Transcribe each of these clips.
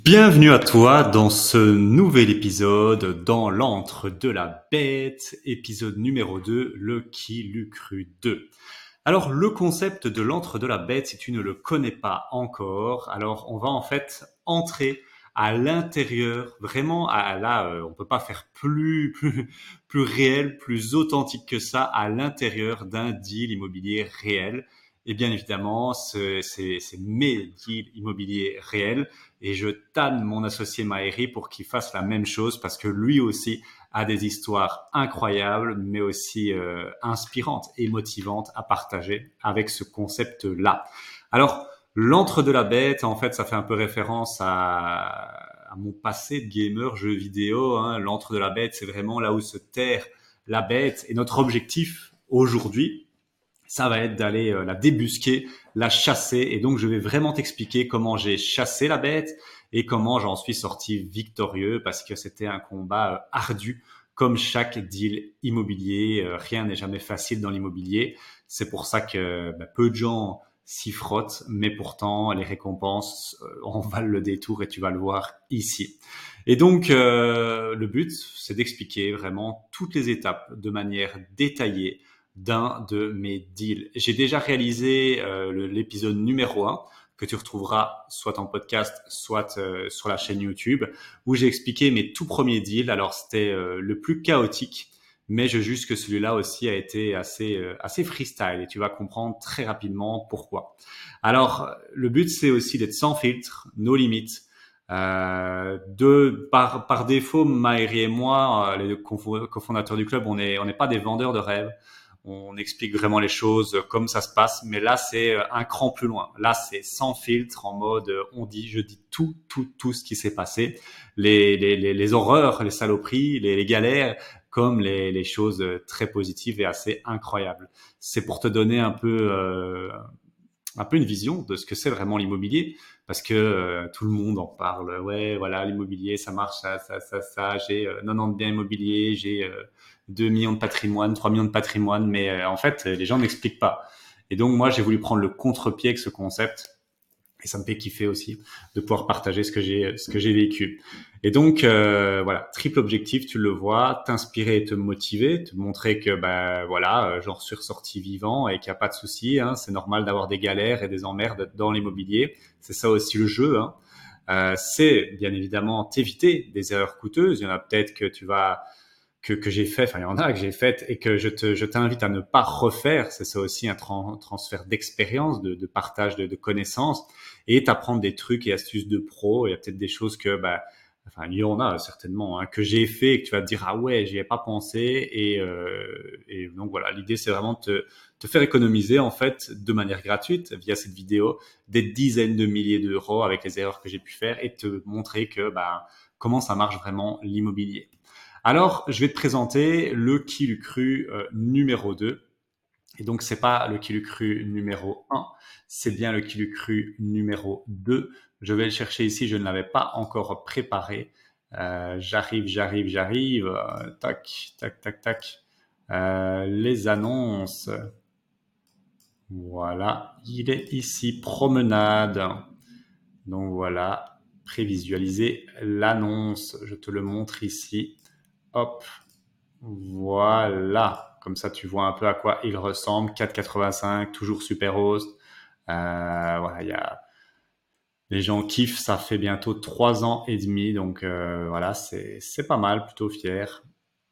Bienvenue à toi dans ce nouvel épisode dans l'antre de la bête, épisode numéro 2, le qui l'eût cru 2. Alors le concept de l'antre de la bête, si tu ne le connais pas encore, alors on va en fait entrer à l'intérieur, vraiment on peut pas faire plus réel, plus authentique que ça, à l'intérieur d'un deal immobilier réel. Et bien évidemment, c'est mes deals immobiliers réels et je tanne mon associé Maëri pour qu'il fasse la même chose parce que lui aussi a des histoires incroyables, mais aussi inspirantes et motivantes à partager avec ce concept-là. Alors, l'antre de la bête, en fait, ça fait un peu référence à mon passé de gamer, jeux vidéo. Hein. L'antre de la bête, c'est vraiment là où se terre la bête. Et notre objectif aujourd'hui, ça va être d'aller la débusquer, la chasser. Et donc, je vais vraiment t'expliquer comment j'ai chassé la bête et comment j'en suis sorti victorieux parce que c'était un combat ardu comme chaque deal immobilier. Rien n'est jamais facile dans l'immobilier. C'est pour ça que peu de gens s'y frottent, mais pourtant, les récompenses en valent le détour et tu vas le voir ici. Et donc, le but, c'est d'expliquer vraiment toutes les étapes de manière détaillée d'un de mes deals. J'ai déjà réalisé l'épisode numéro 1 que tu retrouveras soit en podcast, soit sur la chaîne YouTube, où j'ai expliqué mes tout premiers deals. Alors c'était le plus chaotique, mais je juge que celui-là aussi a été assez freestyle et tu vas comprendre très rapidement pourquoi. Alors le but c'est aussi d'être sans filtre, nos limites. Par défaut, Maëri et moi, les cofondateurs du club, on n'est pas des vendeurs de rêves. On explique vraiment les choses comme ça se passe, mais là c'est un cran plus loin. Là c'est sans filtre, en mode je dis tout ce qui s'est passé, les horreurs, les saloperies, les galères, comme les choses très positives et assez incroyables. C'est pour te donner un peu une vision de ce que c'est vraiment l'immobilier, parce que tout le monde en parle. Ouais, voilà, l'immobilier, ça marche, ça. J'ai 90 biens immobiliers, j'ai 2 millions de patrimoine, 3 millions de patrimoine, mais en fait, les gens n'expliquent pas. Et donc, moi, j'ai voulu prendre le contre-pied avec ce concept. Et ça me fait kiffer aussi de pouvoir partager ce que j'ai vécu. Et donc voilà, triple objectif, tu le vois, t'inspirer et te motiver, te montrer que voilà, j'en suis ressorti vivant et qu'il n'y a pas de souci. Hein, c'est normal d'avoir des galères et des emmerdes dans l'immobilier. C'est ça aussi le jeu. Hein. C'est bien évidemment t'éviter des erreurs coûteuses. Il y en a peut-être que tu vas que j'ai fait, enfin il y en a que j'ai fait et que je t'invite à ne pas refaire. C'est ça aussi un transfert d'expérience, de partage de connaissances et t'apprendre des trucs et astuces de pro. Il y a peut-être des choses que enfin il y en a certainement hein, que j'ai fait et que tu vas te dire ah ouais j'y ai pas pensé et donc voilà l'idée c'est vraiment de te faire économiser en fait de manière gratuite via cette vidéo des dizaines de milliers d'euros avec les erreurs que j'ai pu faire et te montrer que comment ça marche vraiment l'immobilier. Alors, je vais te présenter le qui l'eût cru numéro 2. Et donc, c'est pas le qui l'eût cru numéro 1, c'est bien le qui l'eût cru numéro 2. Je vais le chercher ici, je ne l'avais pas encore préparé. J'arrive. Tac, tac, tac, tac. Les annonces. Voilà, il est ici, promenade. Donc voilà, prévisualiser l'annonce. Je te le montre ici. Hop, voilà, comme ça tu vois un peu à quoi il ressemble. 4,85, toujours super host. Voilà, les gens kiffent. Ça fait bientôt 3 ans et demi, donc voilà, c'est pas mal, plutôt fier.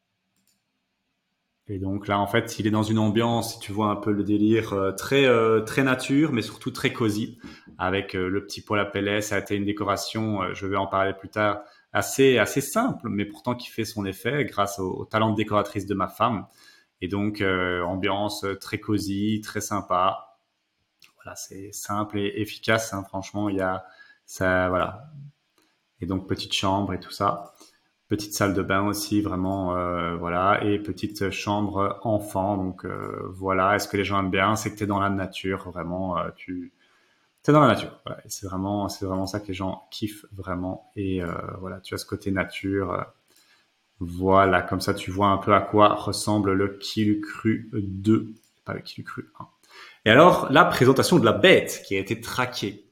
Et donc là, en fait, il est dans une ambiance, si tu vois un peu le délire, très nature, mais surtout très cosy, avec le petit poêle à pellets. Ça a été une décoration, je vais en parler plus tard, assez simple, mais pourtant qui fait son effet grâce au talent de décoratrice de ma femme. Et donc, ambiance très cosy, très sympa. Voilà, c'est simple et efficace, hein, franchement, il y a ça, voilà. Et donc, petite chambre et tout ça. Petite salle de bain aussi, vraiment, voilà, et petite chambre enfant. Donc voilà, est-ce que les gens aiment bien? C'est que tu es dans la nature, vraiment, tu es dans la nature. Voilà. Et c'est vraiment ça que les gens kiffent vraiment. Et voilà, tu as ce côté nature. Voilà, comme ça tu vois un peu à quoi ressemble le Kilu Cru 2, pas le Kilu Cru 1. Et alors, la présentation de la bête qui a été traquée.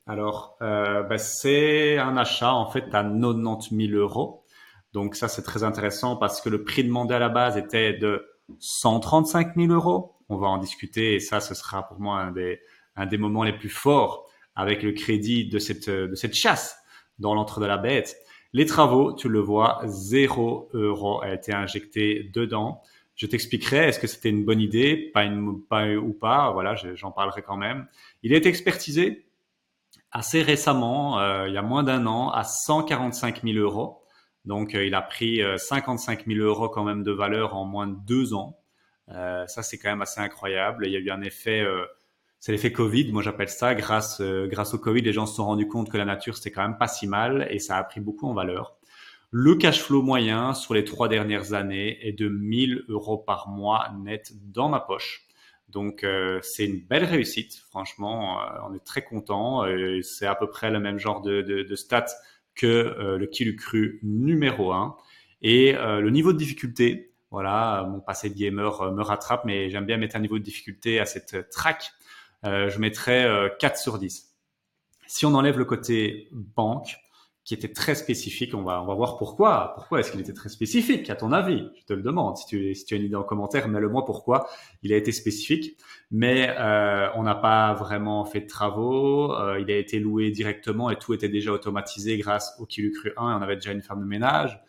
Alors, c'est un achat en fait à 90 000 euros. Donc ça, c'est très intéressant parce que le prix demandé à la base était de 135 000 euros. On va en discuter et ça, ce sera pour moi un des moments les plus forts avec le crédit de cette chasse dans l'entre de la bête. Les travaux, tu le vois, 0 € a été injecté dedans. Je t'expliquerai, est-ce que c'était une bonne idée, pas ou pas, voilà, j'en parlerai quand même. Il est expertisé assez récemment, il y a moins d'un an, à 145 000 euros. Donc, il a pris 55 000 euros quand même de valeur en moins de 2 ans. Ça, c'est quand même assez incroyable. Il y a eu un effet, c'est l'effet Covid, moi j'appelle ça. Grâce au Covid, les gens se sont rendus compte que la nature, c'était quand même pas si mal et ça a pris beaucoup en valeur. Le cash flow moyen sur les 3 dernières années est de 1 000 € par mois net dans ma poche. Donc c'est une belle réussite, franchement, on est très content. C'est à peu près le même genre de stats que le qui l'eût cru numéro un. Et le niveau de difficulté, voilà, mon passé de gamer me rattrape, mais j'aime bien mettre un niveau de difficulté à cette track. Je mettrais 4 sur 10. Si on enlève le côté banque, qui était très spécifique, on va voir pourquoi. Pourquoi est-ce qu'il était très spécifique, à ton avis? Je te le demande. Si tu as une idée en commentaire, mets-le-moi pourquoi il a été spécifique. Mais on n'a pas vraiment fait de travaux. Il a été loué directement et tout était déjà automatisé grâce au Qui l'eût cru 1 et on avait déjà une femme de ménage.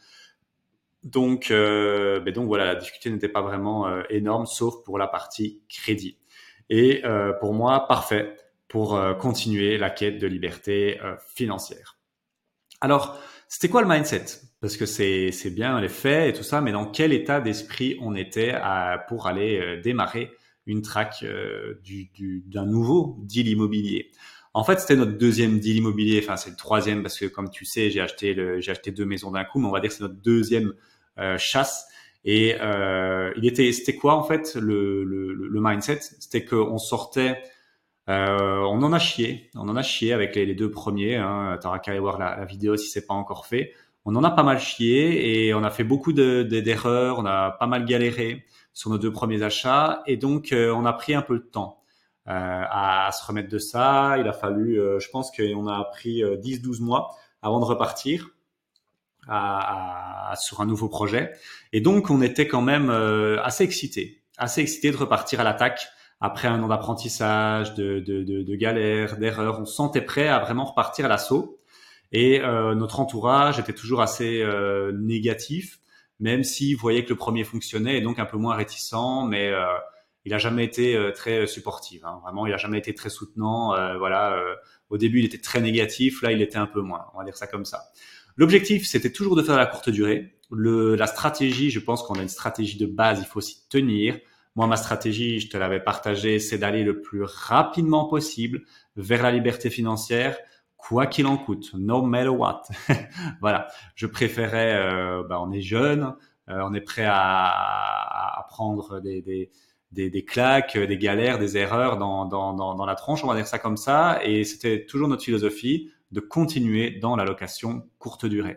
Donc voilà, la difficulté n'était pas vraiment énorme, sauf pour la partie crédit. Et pour moi, parfait pour continuer la quête de liberté financière. Alors, c'était quoi le mindset? Parce que c'est bien les faits et tout ça, mais dans quel état d'esprit on était pour aller démarrer une track d'un nouveau deal immobilier? En fait, c'était notre deuxième deal immobilier. Enfin, c'est le troisième parce que, comme tu sais, j'ai acheté 2 maisons d'un coup, mais on va dire que c'est notre deuxième chasse. Et c'était quoi en fait le mindset? C'était qu'on sortait on en a chié avec les 2 premiers. Hein. T'auras qu'à aller voir la vidéo si c'est pas encore fait. On en a pas mal chié et on a fait beaucoup d'erreurs. On a pas mal galéré sur nos 2 premiers achats et donc on a pris un peu de temps à se remettre de ça. Il a fallu, je pense qu'on a pris 10-12 mois avant de repartir sur un nouveau projet. Et donc on était quand même assez excité de repartir à l'attaque après un an d'apprentissage, de galères, d'erreurs. On se sentait prêt à vraiment repartir à l'assaut. Et notre entourage était toujours assez négatif, même s'il voyait que le premier fonctionnait et donc un peu moins réticent, mais il a jamais été très supportif. Hein. Vraiment, il a jamais été très soutenant. Voilà, au début, il était très négatif. Là, il était un peu moins. On va dire ça comme ça. L'objectif, c'était toujours de faire la courte durée. La stratégie, je pense qu'on a une stratégie de base, il faut s'y tenir. Moi, ma stratégie, je te l'avais partagée, c'est d'aller le plus rapidement possible vers la liberté financière, quoi qu'il en coûte, no matter what. Voilà, je préférais, on est jeune, on est prêt à prendre des claques, des galères, des erreurs dans la tronche, on va dire ça comme ça. Et c'était toujours notre philosophie de continuer dans la location courte durée.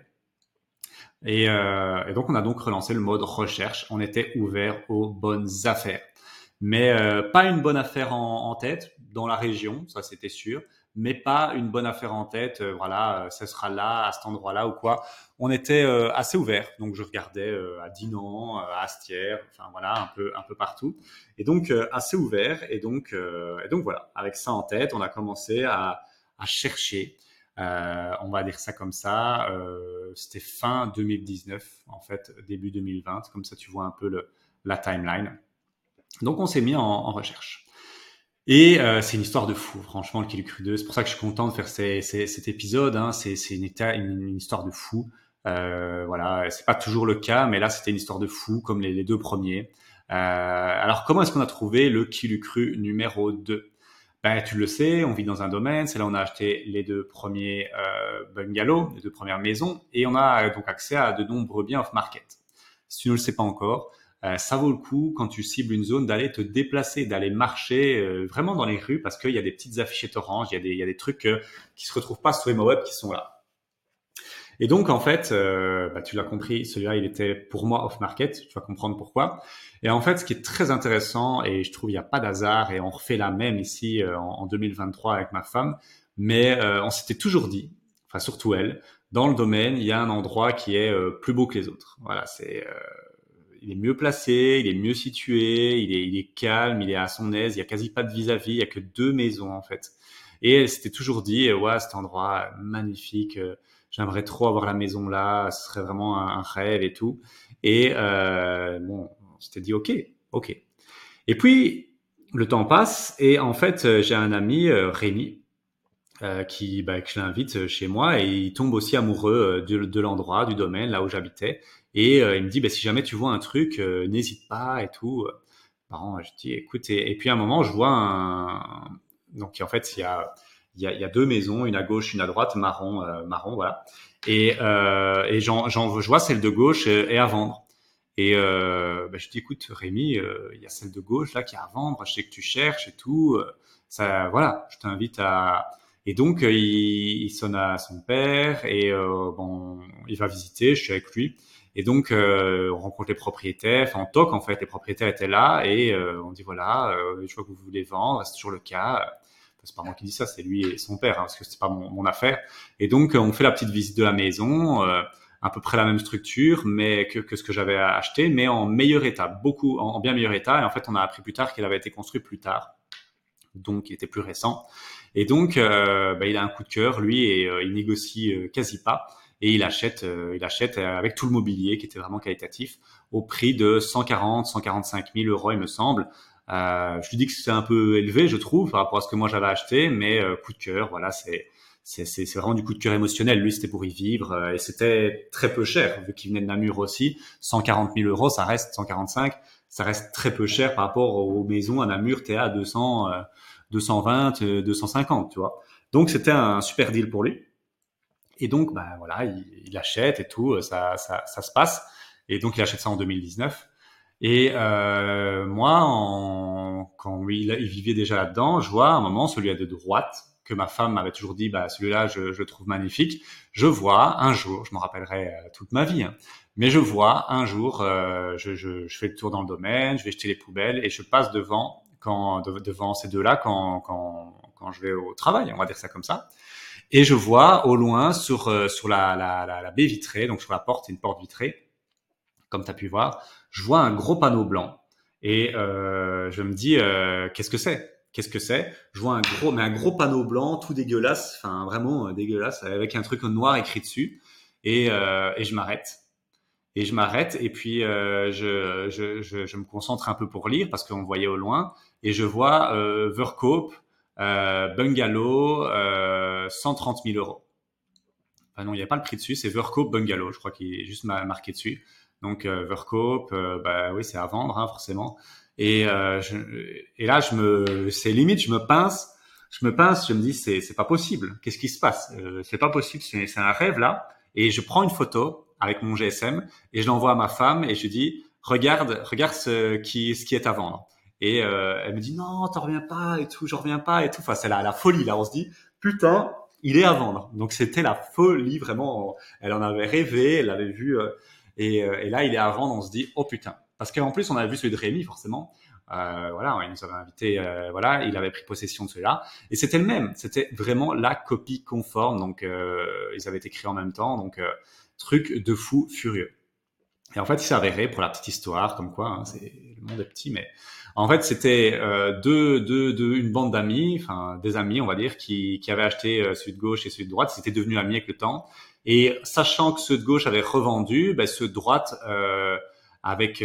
Et donc, on a donc relancé le mode recherche. On était ouvert aux bonnes affaires. Mais pas une bonne affaire en tête dans la région, ça c'était sûr, mais pas une bonne affaire en tête, voilà, ça sera là, à cet endroit-là ou quoi. On était assez ouvert, donc je regardais à Dinan, à Astières, enfin voilà, un peu partout. Et donc assez ouvert, et donc voilà, avec ça en tête, on a commencé à chercher. On va dire ça comme ça. C'était fin 2019, en fait, début 2020. Comme ça, tu vois un peu la timeline. Donc, on s'est mis en recherche. Et c'est une histoire de fou, franchement, le Qui l'eût cru 2. C'est pour ça que je suis content de faire cet épisode. Hein. C'est une histoire de fou. Voilà, c'est pas toujours le cas, mais là, c'était une histoire de fou, comme les 2 premiers. Alors, comment est-ce qu'on a trouvé le Qui l'eût cru numéro 2? Ben, tu le sais, on vit dans un domaine, c'est là où on a acheté les 2 premiers bungalows, les 2 premières maisons, et on a donc accès à de nombreux biens off-market. Si tu ne le sais pas encore, ça vaut le coup quand tu cibles une zone d'aller te déplacer, d'aller marcher vraiment dans les rues parce qu'il y a des petites affichettes oranges, il y a des trucs qui se retrouvent pas sur les web qui sont là. Et donc en fait, tu l'as compris, celui-là il était pour moi off-market, tu vas comprendre pourquoi. Et en fait, ce qui est très intéressant, et je trouve il n'y a pas d'hasard, et on refait la même ici en 2023 avec ma femme, Mais on s'était toujours dit, enfin surtout elle, dans le domaine, il y a un endroit qui est plus beau que les autres. Voilà, il est mieux placé, il est mieux situé, il est calme, il est à son aise, il y a quasi pas de vis-à-vis, il y a que deux maisons en fait. Et elle s'était toujours dit, ouais, cet endroit magnifique, j'aimerais trop avoir la maison là, ce serait vraiment un rêve et tout. Et bon, on s'était dit, ok. Et puis le temps passe et en fait, j'ai un ami, Rémi, que je l'invite chez moi et il tombe aussi amoureux de l'endroit, du domaine, là où j'habitais. Et il me dit, si jamais tu vois un truc, n'hésite pas et tout. Bon, je dis, écoute, et puis à un moment, je vois donc en fait, il y a deux maisons, une à gauche, une à droite, marron, voilà. Et je vois celle de gauche est à vendre. Et je dis, écoute, Rémi, il y a celle de gauche là qui est à vendre. Je sais que tu cherches et tout. Ça, voilà, je t'invite à. Et donc, il sonne à son père et bon, il va visiter. Je suis avec lui. Et donc, on rencontre les propriétaires. Enfin, on toque en fait. Les propriétaires étaient là et on dit voilà, je vois que vous voulez vendre. C'est toujours le cas. C'est pas moi qui dis ça, c'est lui et son père, hein, parce que c'est pas mon affaire. Et donc, on fait la petite visite de la maison. À peu près la même structure, mais que ce que j'avais acheté, mais en meilleur état, beaucoup en bien meilleur état. Et en fait, on a appris plus tard qu'il avait été construit plus tard, donc il était plus récent. Et donc, il a un coup de cœur, lui, et il négocie quasi pas. Et il achète avec tout le mobilier qui était vraiment qualitatif au prix de 140, 145 000 euros, il me semble. Je lui dis que c'est un peu élevé, je trouve, par rapport à ce que moi j'avais acheté, mais coup de cœur, voilà, c'est vraiment du coup de cœur émotionnel. Lui, c'était pour y vivre et c'était très peu cher vu qu'il venait de Namur aussi. 140 000 euros, ça reste 145, ça reste très peu cher par rapport aux maisons à Namur. T'es à 200, 220, 250, tu vois. Donc c'était un super deal pour lui. Et donc, voilà, il achète et tout, ça se passe. Et donc, il achète ça en 2019. Et moi, quand il vivait déjà là-dedans, je vois à un moment celui de droite que ma femme m'avait toujours dit, celui-là, je le trouve magnifique. Je vois un jour, je m'en rappellerai toute ma vie, hein, mais je vois un jour, je fais le tour dans le domaine, je vais jeter les poubelles et je passe devant ces deux-là quand je vais au travail, on va dire ça comme ça. Et je vois au loin sur la baie vitrée, donc sur la porte, une porte vitrée, comme tu as pu voir, je vois un gros panneau blanc. Et je me dis, qu'est-ce que c'est? Qu'est-ce que c'est? Je vois un gros panneau blanc, tout dégueulasse, enfin vraiment dégueulasse, avec un truc en noir écrit dessus. Et je m'arrête. Et je m'arrête et puis je me concentre un peu pour lire parce qu'on voyait au loin. Et je vois Verkoop, bungalow, 130 000 euros. Enfin non, il n'y a pas le prix dessus, c'est Verkoop Bungalow, je crois qu'il est juste marqué dessus. Donc Verkoop, oui, c'est à vendre, hein, forcément. Et, et là, c'est limite, je me dis, c'est pas possible. Qu'est-ce qui se passe? C'est pas possible, c'est un rêve là. Et je prends une photo avec mon GSM et je l'envoie à ma femme et je dis, regarde ce qui est à vendre. Et elle me dit, non, t'en reviens pas et tout, j'en reviens pas et tout. Enfin, c'est la folie là. On se dit, putain, il est à vendre. Donc c'était la folie vraiment. Elle en avait rêvé, elle l'avait vu et là il est à vendre. On se dit oh putain. Parce qu'en plus on avait vu celui de Rémi forcément. Voilà, il nous avait invité. Voilà, il avait pris possession de celui-là et c'était le même. C'était vraiment la copie conforme. Donc ils avaient été créés en même temps. Donc truc de fou furieux. Et en fait, il s'est avéré, pour la petite histoire, comme quoi, hein, le monde est petit, mais en fait, c'était une bande d'amis, enfin des amis, on va dire, qui avaient acheté celui de gauche et celui de droite. Ils étaient devenus amis avec le temps. Et sachant que ceux de gauche avaient revendu, ceux de droite, avec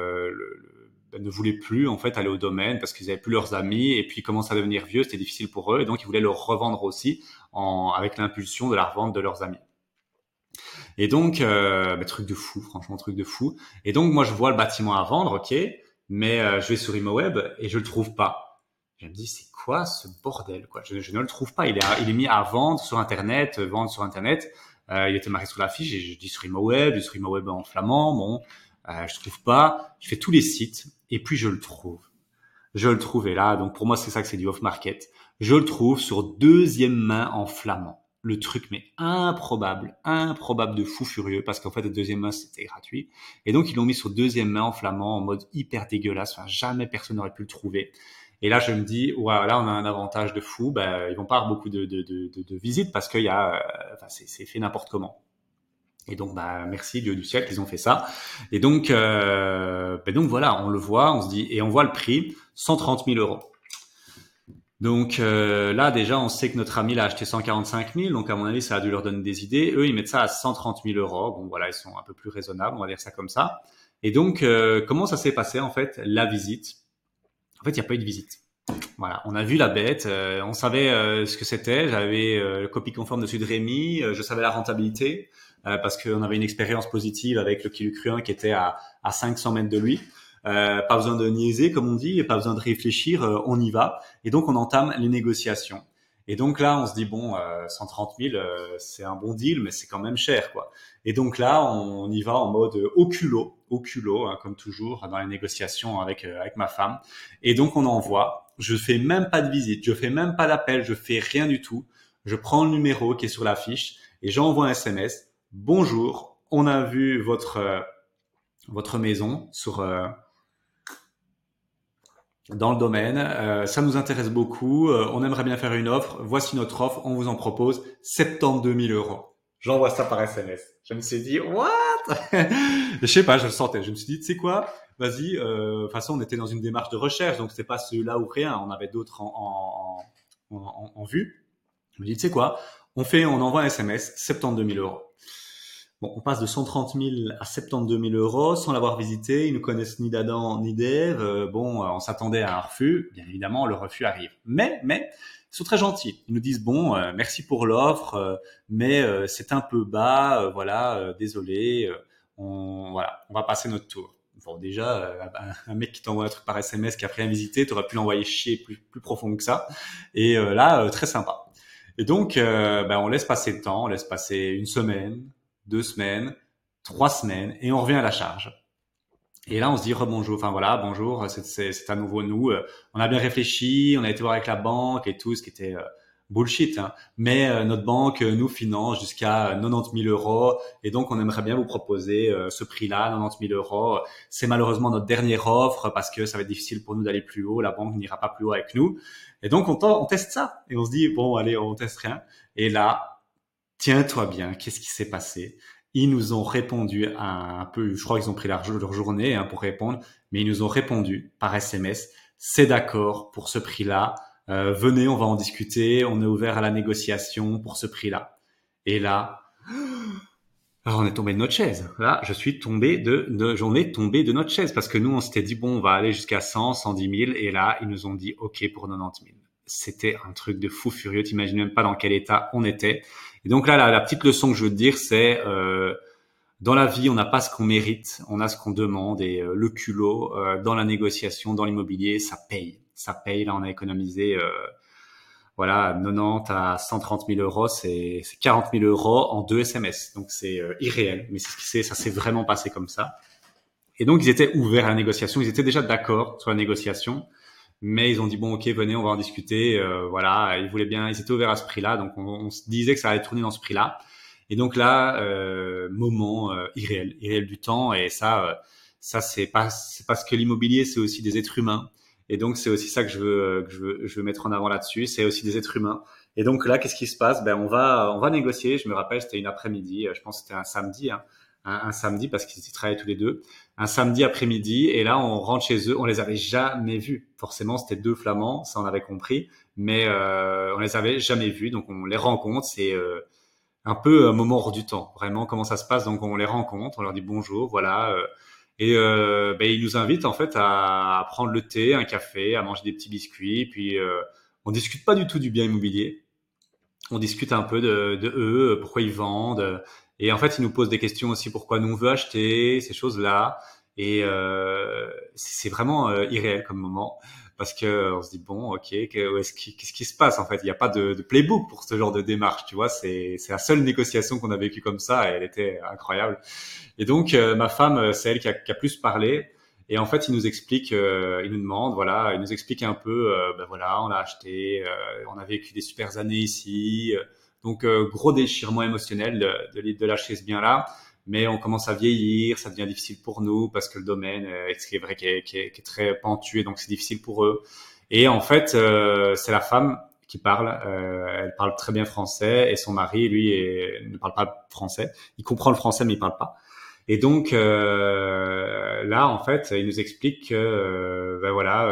ne voulaient plus en fait aller au domaine parce qu'ils avaient plus leurs amis et puis ils commençaient à devenir vieux, c'était difficile pour eux et donc ils voulaient le revendre aussi avec l'impulsion de la revente de leurs amis. Et donc, truc de fou, franchement, truc de fou. Et donc, moi, je vois le bâtiment à vendre, ok, mais je vais sur ImoWeb et je le trouve pas. Je me dis, c'est quoi ce bordel, quoi? Je ne le trouve pas. Il est mis à vendre sur Internet, vendre sur Internet. Il était marqué sur l'affiche et je dis sur ImoWeb en flamand. Bon, je trouve pas. Je fais tous les sites et puis je le trouve. Je le trouve et là, donc pour moi, c'est ça que c'est du off-market. Je le trouve sur deuxième main en flamand. Le truc, mais improbable de fou furieux, parce qu'en fait, la deuxième main, c'était gratuit. Et donc, ils l'ont mis sur deuxième main en flamand, en mode hyper dégueulasse. Enfin, jamais personne n'aurait pu le trouver. Et là, je me dis, ouais, là, on a un avantage de fou. Ben, ils vont pas avoir beaucoup de visites parce qu'il y a, enfin, c'est fait n'importe comment. Et donc, bah, merci Dieu du ciel qu'ils ont fait ça. Et donc, donc voilà, on le voit, on se dit, et on voit le prix, 130 000 euros. Donc là, déjà, on sait que notre ami l'a acheté 145 000, donc à mon avis, ça a dû leur donner des idées. Eux, ils mettent ça à 130 000 euros. Bon, voilà, ils sont un peu plus raisonnables, on va dire ça comme ça. Et donc, comment ça s'est passé en fait, la visite? En fait, il n'y a pas eu de visite. Voilà, on a vu la bête, on savait ce que c'était. J'avais le copie conforme dessus de Rémi, je savais la rentabilité parce qu'on avait une expérience positive avec le Kilucruin qui était à 500 mètres de lui. Pas besoin de niaiser, comme on dit, et pas besoin de réfléchir, on y va. Et donc, on entame les négociations. Et donc là, on se dit, bon, 130 000, c'est un bon deal, mais c'est quand même cher, quoi. Et donc là, on y va en mode au culot, hein, comme toujours, dans les négociations avec ma femme. Et donc, on envoie. Je fais même pas de visite, je fais même pas d'appel, je fais rien du tout. Je prends le numéro qui est sur l'affiche et j'envoie un SMS. Bonjour, on a vu votre maison dans le domaine. Ça nous intéresse beaucoup. On aimerait bien faire une offre. Voici notre offre. On vous en propose 72 000 euros. J'envoie ça par SMS. Je me suis dit, what? Je sais pas, je le sentais. Je me suis dit, tu sais quoi? Vas-y. De toute façon, on était dans une démarche de recherche, donc c'était pas celui-là ou rien. On avait d'autres en vue. Je me dis, tu sais quoi? On envoie un SMS, 72 000 euros. Bon, on passe de 130 000 à 72 000 euros sans l'avoir visité. Ils nous connaissent ni d'Adam ni d'Ève. On s'attendait à un refus. Bien évidemment, le refus arrive. Mais, ils sont très gentils. Ils nous disent, bon, merci pour l'offre, mais c'est un peu bas. Désolé. On va passer notre tour. Bon, déjà, un mec qui t'envoie un truc par SMS qui a rien visité, t'aurais pu l'envoyer chier plus profond que ça. Et là, très sympa. Et donc, on laisse passer le temps, on laisse passer une semaine, 2 semaines, 3 semaines, et on revient à la charge. Et là, on se dit rebonjour. Enfin voilà, bonjour, c'est à nouveau nous. On a bien réfléchi, on a été voir avec la banque et tout, ce qui était bullshit. Hein. Mais notre banque nous finance jusqu'à 90 000 euros, et donc on aimerait bien vous proposer ce prix-là, 90 000 euros. C'est malheureusement notre dernière offre parce que ça va être difficile pour nous d'aller plus haut. La banque n'ira pas plus haut avec nous. Et donc on teste ça et on se dit bon allez, on teste rien. Et là, tiens-toi bien, qu'est-ce qui s'est passé? Ils nous ont répondu un peu, je crois qu'ils ont pris leur journée pour répondre, mais ils nous ont répondu par SMS, c'est d'accord pour ce prix-là, venez, on va en discuter, on est ouvert à la négociation pour ce prix-là. Et là, alors on est tombé de notre chaise. Là, j'en ai tombé de notre chaise parce que nous, on s'était dit, bon, on va aller jusqu'à 100, 110 000. Et là, ils nous ont dit, OK pour 90 000. C'était un truc de fou furieux. T'imagines même pas dans quel état on était. Et donc là, la petite leçon que je veux te dire, c'est, dans la vie, on n'a pas ce qu'on mérite, on a ce qu'on demande. Et le culot, dans la négociation, dans l'immobilier, ça paye. Ça paye. Là, on a économisé, 90 à 130 000 euros, c'est 40 000 euros en 2 SMS. Donc c'est irréel, mais ça s'est vraiment passé comme ça. Et donc ils étaient ouverts à la négociation, ils étaient déjà d'accord sur la négociation, mais ils ont dit bon ok venez on va en discuter. Ils voulaient bien, ils étaient ouverts à ce prix-là, donc on se disait que ça allait tourner dans ce prix-là. Et donc là moment irréel du temps, et ça c'est parce que l'immobilier c'est aussi des êtres humains. Et donc c'est aussi ça que je veux mettre en avant là-dessus. C'est aussi des êtres humains. Et donc là, qu'est-ce qui se passe? On va négocier. Je me rappelle, c'était une après-midi. Je pense que c'était un samedi, hein, un samedi parce qu'ils y travaillaient tous les deux. Un samedi après-midi. Et là, on rentre chez eux. On les avait jamais vus. Forcément, c'était deux Flamands, ça on avait compris. Mais on les avait jamais vus. Donc on les rencontre. C'est un peu un moment hors du temps. Vraiment, comment ça se passe? Donc on les rencontre. On leur dit bonjour. Voilà. Ils nous invitent en fait à prendre le thé, un café, à manger des petits biscuits. Puis on discute pas du tout du bien immobilier. On discute un peu de eux, pourquoi ils vendent. Et en fait, ils nous posent des questions aussi, pourquoi nous on veut acheter, ces choses-là. Et c'est vraiment irréel comme moment. Parce que on se dit bon, ok, qu'est-ce qui se passe en fait? Il n'y a pas de playbook pour ce genre de démarche, tu vois. C'est la seule négociation qu'on a vécue comme ça, et elle était incroyable. Et donc ma femme, c'est elle qui a plus parlé. Et en fait, il nous explique, il nous demande, voilà, il nous explique un peu, on l'a acheté, on a vécu des super années ici, donc gros déchirement émotionnel de lâcher ce bien-là. Mais on commence à vieillir, ça devient difficile pour nous parce que le domaine, c'est vrai, qui est très pentu, et donc c'est difficile pour eux. Et en fait, c'est la femme qui parle. Elle parle très bien français et son mari, lui, ne parle pas français. Il comprend le français, mais il parle pas. Et donc là, en fait, il nous explique que ben voilà,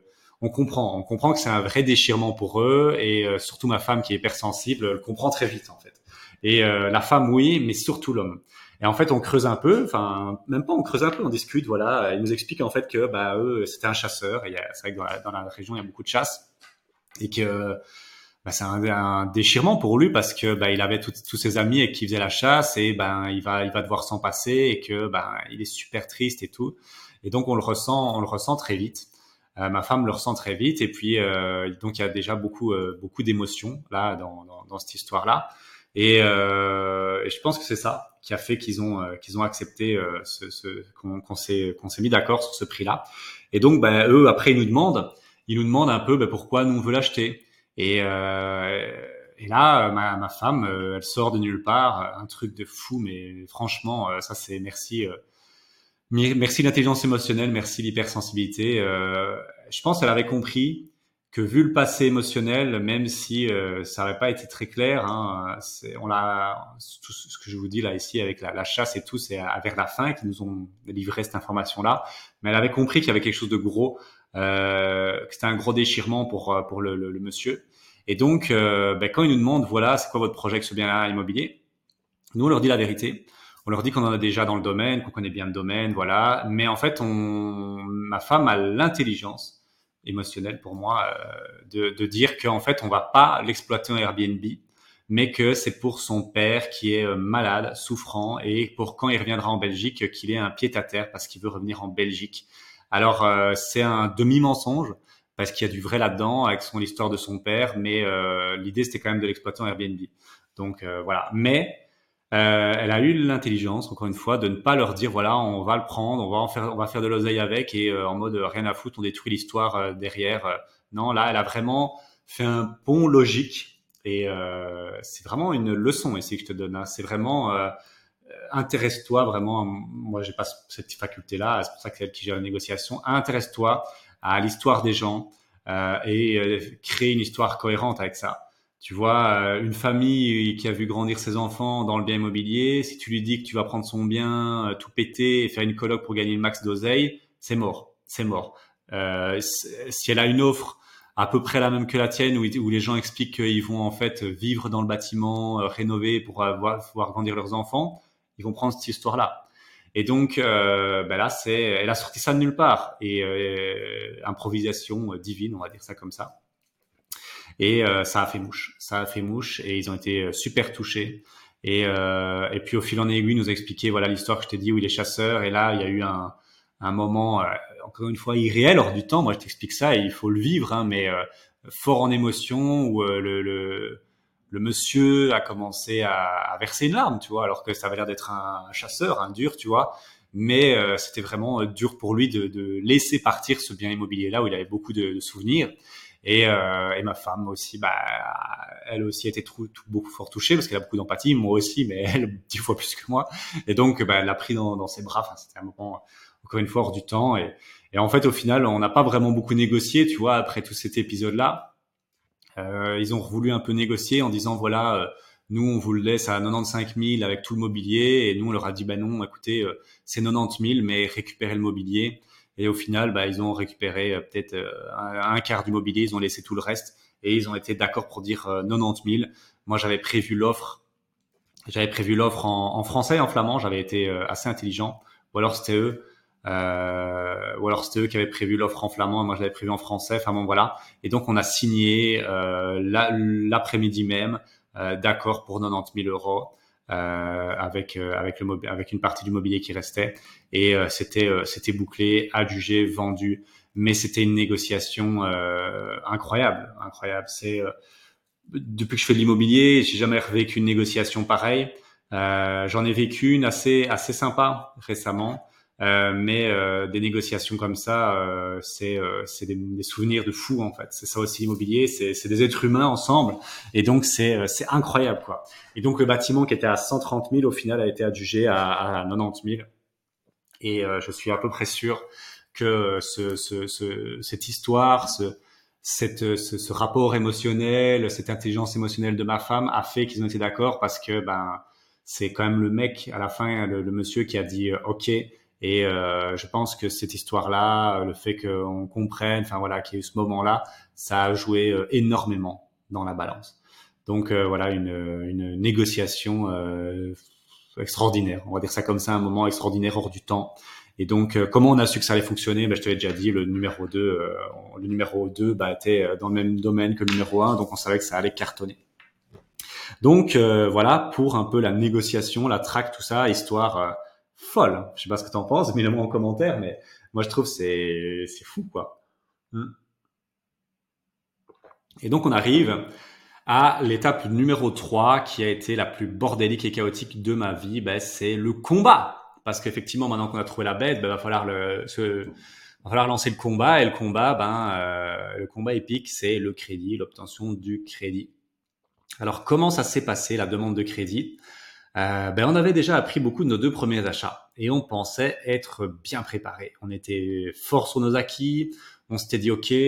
on comprend que c'est un vrai déchirement pour eux, et surtout ma femme qui est hypersensible le comprend très vite en fait. Et la femme, oui, mais surtout l'homme. Et en fait, on creuse un peu, enfin même pas on creuse un peu, on discute. Voilà, il nous explique en fait que bah eux, c'était un chasseur. Et c'est vrai que dans la région, il y a beaucoup de chasse, et que bah, c'est un déchirement pour lui parce que bah, il avait tous ses amis avec qui il faisait la chasse, et ben il va devoir s'en passer, et que ben il est super triste et tout. Et donc on le ressent très vite. Ma femme le ressent très vite, et puis donc il y a déjà beaucoup d'émotions là dans cette histoire là. Et je pense que c'est ça qui a fait qu'ils ont accepté qu'on s'est mis d'accord sur ce prix-là. Et donc ben eux après ils nous demandent un peu ben, pourquoi nous on veut l'acheter. Et, et là, ma femme, elle sort de nulle part, un truc de fou, mais franchement, ça c'est merci, merci l'intelligence émotionnelle, merci l'hypersensibilité. Je pense qu'elle avait compris que vu le passé émotionnel, même si ça n'avait pas été très clair, hein, on l'a, tout ce que je vous dis là ici avec la chasse et tout, c'est vers la fin qu'ils nous ont livré cette information-là. Mais elle avait compris qu'il y avait quelque chose de gros, que c'était un gros déchirement pour le monsieur. Et donc, ben, quand ils nous demandent, voilà, c'est quoi votre projet avec ce bien immobilier, nous on leur dit la vérité. On leur dit qu'on en a déjà dans le domaine, qu'on connaît bien le domaine, voilà. Mais en fait, ma femme a l'intelligence émotionnelle pour moi de dire qu'en fait, on va pas l'exploiter en Airbnb, mais que c'est pour son père qui est malade, souffrant, et pour quand il reviendra en Belgique, qu'il ait un pied-à-terre parce qu'il veut revenir en Belgique. Alors, c'est un demi-mensonge parce qu'il y a du vrai là-dedans avec l'histoire de son père, mais l'idée c'était quand même de l'exploiter en Airbnb. Donc voilà. Mais elle a eu l'intelligence, encore une fois, de ne pas leur dire voilà, on va le prendre, on va faire de l'oseille avec, et en mode rien à foutre, on détruit l'histoire derrière. Non, là, elle a vraiment fait un pont logique, et c'est vraiment une leçon ici que je te donne. Hein. C'est vraiment intéresse-toi vraiment. Moi, j'ai pas cette faculté-là, c'est pour ça que c'est elle qui gère la négociation. Intéresse-toi à l'histoire des gens et crée une histoire cohérente avec ça. Tu vois, une famille qui a vu grandir ses enfants dans le bien immobilier, si tu lui dis que tu vas prendre son bien, tout péter et faire une coloc pour gagner le max d'oseille, c'est mort, c'est mort. Si elle a une offre à peu près la même que la tienne, où les gens expliquent qu'ils vont en fait vivre dans le bâtiment, rénover pour pouvoir grandir leurs enfants, ils vont prendre cette histoire-là. Et donc, ben là, elle a sorti ça de nulle part, et improvisation divine, on va dire ça comme ça. Et ça a fait mouche. Ça a fait mouche, et ils ont été super touchés. Et puis au fil en aiguille, il nous a expliqué voilà l'histoire que je t'ai dit où il est chasseur. Et là, il y a eu un moment, encore une fois, irréel, hors du temps. Moi, je t'explique ça et il faut le vivre, hein, mais fort en émotion, où le monsieur a commencé à verser une larme, tu vois, alors que ça avait l'air d'être un chasseur, un dur, tu vois. Mais c'était vraiment dur pour lui de laisser partir ce bien immobilier là où il avait beaucoup de souvenirs. Et ma femme aussi, bah, elle aussi a été beaucoup fort touchée parce qu'elle a beaucoup d'empathie, moi aussi, mais elle 10 fois plus que moi. Et donc, bah, elle l'a pris dans ses bras. Enfin, c'était un moment, encore une fois, hors du temps. Et en fait, au final, on n'a pas vraiment beaucoup négocié, tu vois, après tout cet épisode-là. Ils ont voulu un peu négocier en disant, voilà, nous, on vous le laisse à 95 000 avec tout le mobilier. Et nous, on leur a dit, bah non, écoutez, c'est 90 000, mais récupérez le mobilier. Et au final, bah, ils ont récupéré peut-être un quart du mobilier, ils ont laissé tout le reste, et ils ont été d'accord pour dire 90 000. Moi, j'avais prévu l'offre en français et en flamand. J'avais été assez intelligent, ou alors c'était eux qui avaient prévu l'offre en flamand, et moi je l'avais prévu en français. Enfin bon, voilà. Et donc on a signé l'après-midi même, d'accord pour 90 000 euros. Avec une partie du mobilier qui restait, et c'était bouclé, adjugé, vendu. Mais c'était une négociation incroyable. C'est depuis que je fais de l'immobilier, j'ai jamais vécu une négociation pareille. J'en ai vécu une assez sympa récemment. Mais des négociations comme ça, c'est des souvenirs de fou en fait. C'est ça aussi l'immobilier, c'est des êtres humains ensemble, et donc c'est incroyable quoi. Et donc le bâtiment qui était à 130 000 au final a été adjugé à 90 000, et je suis à peu près sûr que cette histoire, ce rapport émotionnel, cette intelligence émotionnelle de ma femme a fait qu'ils ont été d'accord parce que c'est quand même le mec à la fin, le monsieur qui a dit OK. Et je pense que cette histoire-là, le fait qu'on comprenne, enfin voilà, qu'il y ait eu ce moment-là, ça a joué énormément dans la balance. Donc voilà, une négociation extraordinaire. On va dire ça comme ça, un moment extraordinaire hors du temps. Et donc, comment on a su que ça allait fonctionner? Je te l'ai déjà dit, le numéro 2 était dans le même domaine que le numéro 1, donc on savait que ça allait cartonner. Donc voilà pour un peu la négociation, la traque, tout ça, histoire folle. Je sais pas ce que tu en penses, mets-le-moi en commentaire, mais moi je trouve c'est fou quoi. Et donc on arrive à l'étape numéro 3 qui a été la plus bordélique et chaotique de ma vie, c'est le combat. Parce qu'effectivement, maintenant qu'on a trouvé la bête, va falloir lancer le combat. Et le combat épique, c'est le crédit, l'obtention du crédit. Alors, comment ça s'est passé, la demande de crédit? On avait déjà appris beaucoup de nos 2 premiers achats et on pensait être bien préparé. On était fort sur nos acquis, on s'était dit OK,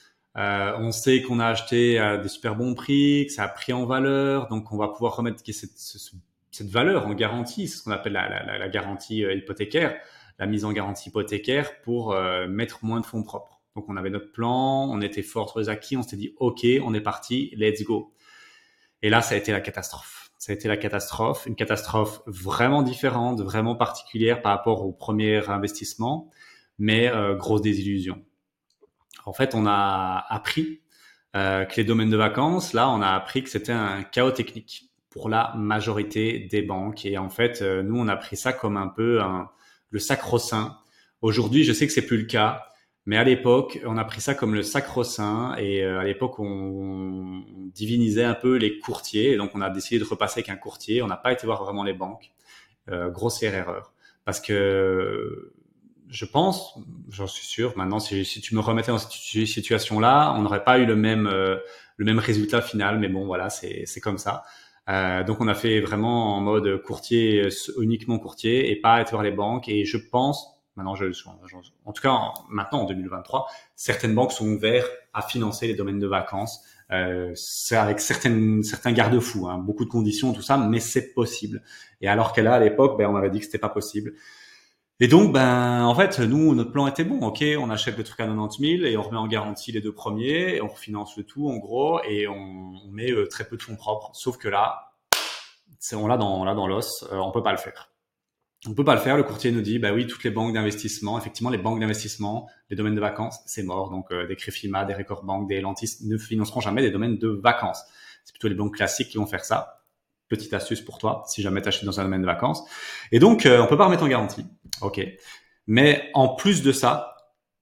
on sait qu'on a acheté à des super bons prix, que ça a pris en valeur, donc on va pouvoir remettre cette valeur en garantie, c'est ce qu'on appelle la garantie hypothécaire, la mise en garantie hypothécaire pour mettre moins de fonds propres. Donc on avait notre plan, on était fort sur les acquis, on s'était dit OK, on est parti, let's go. Et là, ça a été la catastrophe. Ça a été la catastrophe, une catastrophe vraiment différente, vraiment particulière par rapport au premier investissement, mais grosse désillusion. En fait, on a appris que les domaines de vacances, là, on a appris que c'était un chaos technique pour la majorité des banques. Et en fait, nous, on a pris ça comme un peu le sacro-saint. Aujourd'hui, je sais que c'est plus le cas. Mais à l'époque, on a pris ça comme le sacro-saint et à l'époque, on divinisait un peu les courtiers. Et donc, on a décidé de repasser avec un courtier. On n'a pas été voir vraiment les banques. Grossière erreur. Parce que je pense, j'en suis sûr, maintenant, si tu me remettais dans cette situation-là, on n'aurait pas eu le même résultat final. Mais bon, voilà, c'est comme ça. Donc, on a fait vraiment en mode courtier, uniquement courtier et pas été voir les banques. Et je pense... Maintenant, en tout cas, maintenant en 2023, certaines banques sont ouvertes à financer les domaines de vacances. C'est avec certains garde-fous, beaucoup de conditions, tout ça, mais c'est possible. Et alors qu'elle à l'époque, on m'avait dit que c'était pas possible. Et donc, en fait, nous, notre plan était bon. Ok, on achète le truc à 90 000 et on remet en garantie les 2 premiers, et on refinance le tout en gros, et on met très peu de fonds propres. Sauf que là, on l'a dans l'os, on peut pas le faire. On peut pas le faire. Le courtier nous dit, oui, toutes les banques d'investissement, effectivement, les banques d'investissement, les domaines de vacances, c'est mort. Donc, des Crefima, des Record Bank, des Elantis ne financeront jamais des domaines de vacances. C'est plutôt les banques classiques qui vont faire ça. Petite astuce pour toi, si jamais tu achètes dans un domaine de vacances. Et donc, on peut pas remettre en garantie. OK. Mais en plus de ça,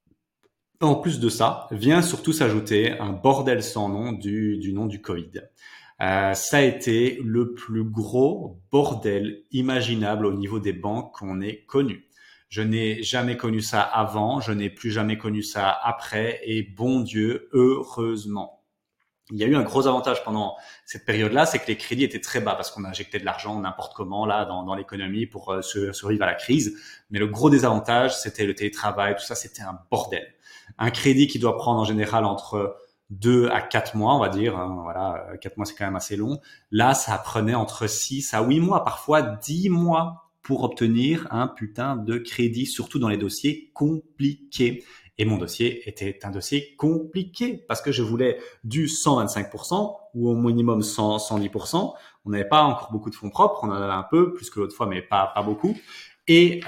vient surtout s'ajouter un bordel sans nom du nom du Covid. Ça a été le plus gros bordel imaginable au niveau des banques qu'on ait connu. Je n'ai jamais connu ça avant, je n'ai plus jamais connu ça après, et bon Dieu, heureusement. Il y a eu un gros avantage pendant cette période-là, c'est que les crédits étaient très bas parce qu'on injectait de l'argent n'importe comment là dans l'économie pour survivre à la crise. Mais le gros désavantage, c'était le télétravail, tout ça, c'était un bordel. Un crédit qui doit prendre en général entre 2 à 4 mois, on va dire. Voilà, 4 mois, c'est quand même assez long. Là, ça prenait entre 6 à 8 mois, parfois 10 mois pour obtenir un putain de crédit, surtout dans les dossiers compliqués. Et mon dossier était un dossier compliqué parce que je voulais du 125% ou au minimum 110%. On n'avait pas encore beaucoup de fonds propres, on en avait un peu, plus que l'autre fois, mais pas beaucoup. Et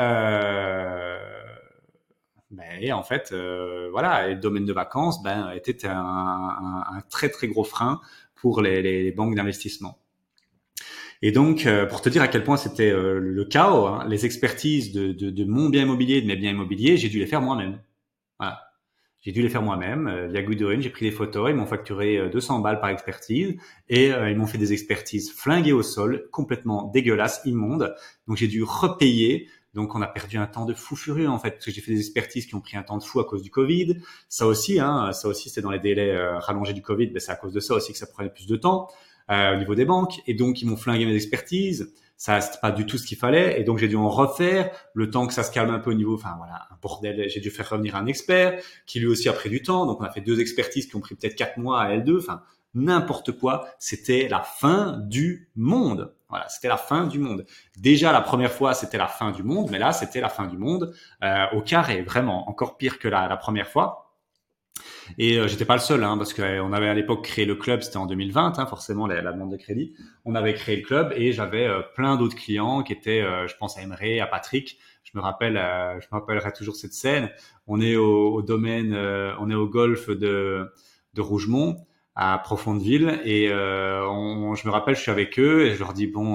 en fait, voilà, et le domaine de vacances était un très très gros frein pour les banques d'investissement. Et donc, pour te dire à quel point c'était le chaos, les expertises de mon bien immobilier, de mes biens immobiliers, j'ai dû les faire moi-même. Voilà. J'ai dû les faire moi-même via Goodwin. J'ai pris des photos, ils m'ont facturé 200 balles par expertise et ils m'ont fait des expertises flinguées au sol, complètement dégueulasses, immondes. Donc j'ai dû repayer. Donc on a perdu un temps de fou furieux en fait, parce que j'ai fait des expertises qui ont pris un temps de fou à cause du Covid. Ça aussi, c'était dans les délais rallongés du Covid. C'est à cause de ça aussi que ça prenait plus de temps au niveau des banques. Et donc ils m'ont flingué mes expertises. ça c'était pas du tout ce qu'il fallait. Et donc j'ai dû en refaire le temps que ça se calme un peu au niveau. Enfin voilà, un bordel. J'ai dû faire revenir un expert qui lui aussi a pris du temps. Donc on a fait 2 expertises qui ont pris peut-être 4 mois à L2. Enfin n'importe quoi. C'était la fin du monde. Voilà, c'était la fin du monde. Déjà la première fois c'était la fin du monde, mais là c'était la fin du monde au carré, vraiment encore pire que la première fois. Et j'étais pas le seul, hein, parce qu'on avait à l'époque créé le club, c'était en 2020, hein, forcément la demande de crédit. On avait créé le club et j'avais plein d'autres clients qui étaient, je pense à Emery, à Patrick. Je me rappellerai toujours cette scène. On est au domaine, on est au golf de Rougemont à Profondeville et je me rappelle, je suis avec eux et je leur dis bon.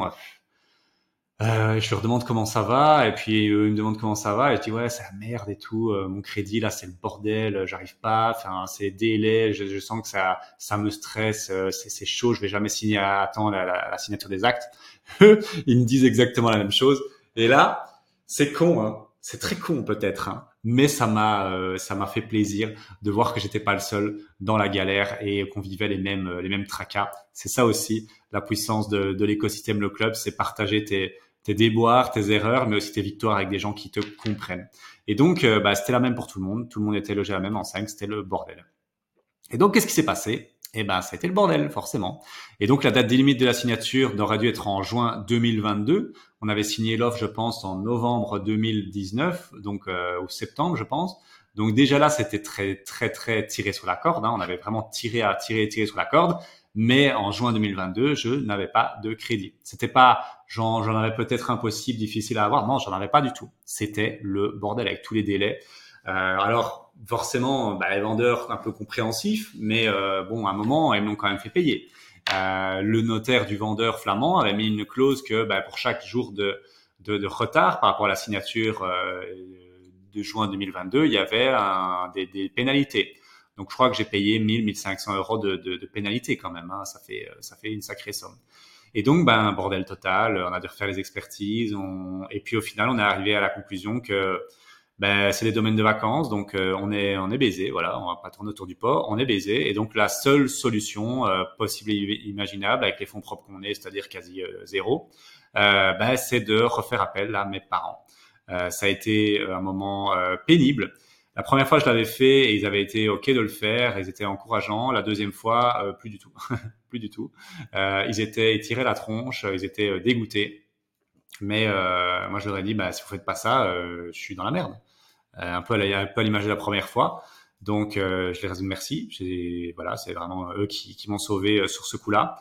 Je leur demande comment ça va et puis eux ils me demandent comment ça va et je dis ouais c'est la merde et tout, mon crédit là c'est le bordel, j'arrive pas, enfin c'est délai, je sens que ça me stresse, c'est chaud, je vais jamais signer à temps la signature des actes. Eux ils me disent exactement la même chose et là c'est con, hein, c'est très con peut-être, hein, mais ça m'a fait plaisir de voir que j'étais pas le seul dans la galère et qu'on vivait les mêmes tracas. C'est ça aussi la puissance de l'écosystème Le Club, c'est partager tes déboires, tes erreurs, mais aussi tes victoires avec des gens qui te comprennent. Et donc, c'était la même pour tout le monde. Tout le monde était logé à la même enseigne. C'était le bordel. Et donc, qu'est-ce qui s'est passé? Ça a été le bordel, forcément. Et donc, la date limite de la signature aurait dû être en juin 2022. On avait signé l'offre, je pense, en novembre 2019, donc ou septembre, je pense. Donc déjà là, c'était très, très, très tiré sur la corde, hein. On avait vraiment tiré sur la corde. Mais en juin 2022, je n'avais pas de crédit. C'était pas, j'en avais peut-être impossible, difficile à avoir. Non, j'en avais pas du tout. C'était le bordel avec tous les délais. Alors forcément, les vendeurs un peu compréhensifs, mais bon, à un moment, ils m'ont quand même fait payer. Le notaire du vendeur flamand avait mis une clause que pour chaque jour de retard par rapport à la signature de juin 2022, il y avait des pénalités. Donc je crois que j'ai payé 1 500 € de pénalité quand même, hein. Ça fait une sacrée somme. Et donc bordel total, on a dû refaire les expertises, et puis au final on est arrivé à la conclusion que c'est les domaines de vacances, donc on est baisé, voilà, on va pas tourner autour du pot, on est baisé, et donc la seule solution possible et imaginable avec les fonds propres qu'on est, c'est-à-dire quasi zéro, c'est de refaire appel à mes parents. Ça a été un moment pénible. La première fois, je l'avais fait et ils avaient été OK de le faire, ils étaient encourageants. La deuxième fois, plus du tout, plus du tout. Ils tiraient la tronche, ils étaient dégoûtés. Mais moi, je leur ai dit, si vous faites pas ça, je suis dans la merde. Un peu à l'image de la première fois. Donc, je les remercie. Voilà, c'est vraiment eux qui m'ont sauvé sur ce coup-là.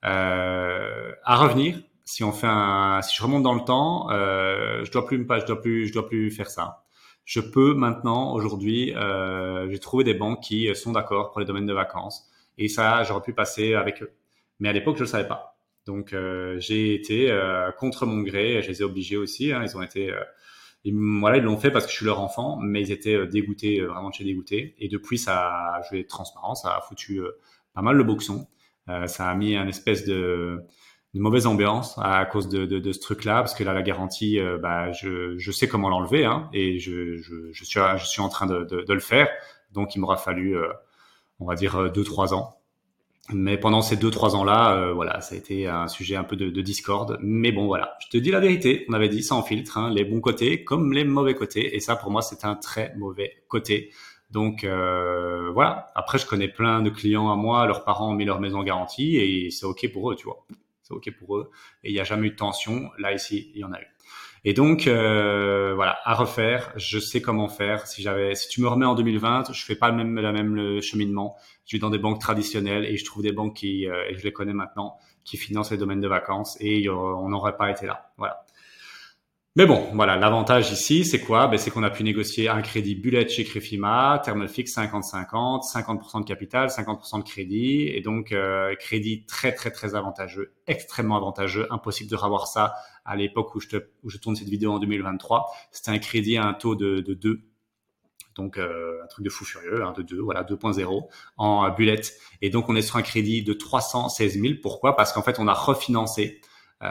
À revenir, si je remonte dans le temps, je dois plus faire ça. Je peux maintenant, aujourd'hui, j'ai trouvé des banques qui sont d'accord pour les domaines de vacances. Et ça, j'aurais pu passer avec eux. Mais à l'époque, je le savais pas. Donc, j'ai été contre mon gré. Je les ai obligés aussi, hein. Ils ont été ils l'ont fait parce que je suis leur enfant, mais ils étaient dégoûtés, vraiment de chez dégoûtés. Et depuis, ça a joué transparent, ça a foutu pas mal le boxon. Ça a mis un espèce de mauvaise ambiance à cause de ce truc-là, parce que là, la garantie, je sais comment l'enlever, hein, et je suis en train de le faire. Donc, il m'aura fallu, on va dire, 2-3 ans. Mais pendant ces 2-3 ans-là, voilà, ça a été un sujet un peu de discorde. Mais bon, voilà, je te dis la vérité. On avait dit sans filtre, hein, les bons côtés comme les mauvais côtés. Et ça, pour moi, c'est un très mauvais côté. Donc voilà. Après, je connais plein de clients à moi, leurs parents ont mis leur maison en garantie et c'est OK pour eux, tu vois. C'est OK pour eux. Et il n'y a jamais eu de tension. Là, ici, il y en a eu. Et donc voilà, à refaire, je sais comment faire. Si tu me remets en 2020, je fais pas le cheminement. Je vais dans des banques traditionnelles et je trouve des banques et je les connais maintenant, qui financent les domaines de vacances et on n'aurait pas été là. Voilà. Mais bon, voilà, l'avantage ici, c'est quoi? C'est qu'on a pu négocier un crédit bullet chez Créfima, terme fixe 50-50, 50% de capital, 50% de crédit, et donc crédit très très très avantageux, extrêmement avantageux, impossible de revoir ça à l'époque où je tourne cette vidéo en 2023. C'était un crédit à un taux de 2, donc un truc de fou furieux, hein, de 2, voilà, 2.0 en bullet, et donc on est sur un crédit de 316 000. Pourquoi? Parce qu'en fait on a refinancé.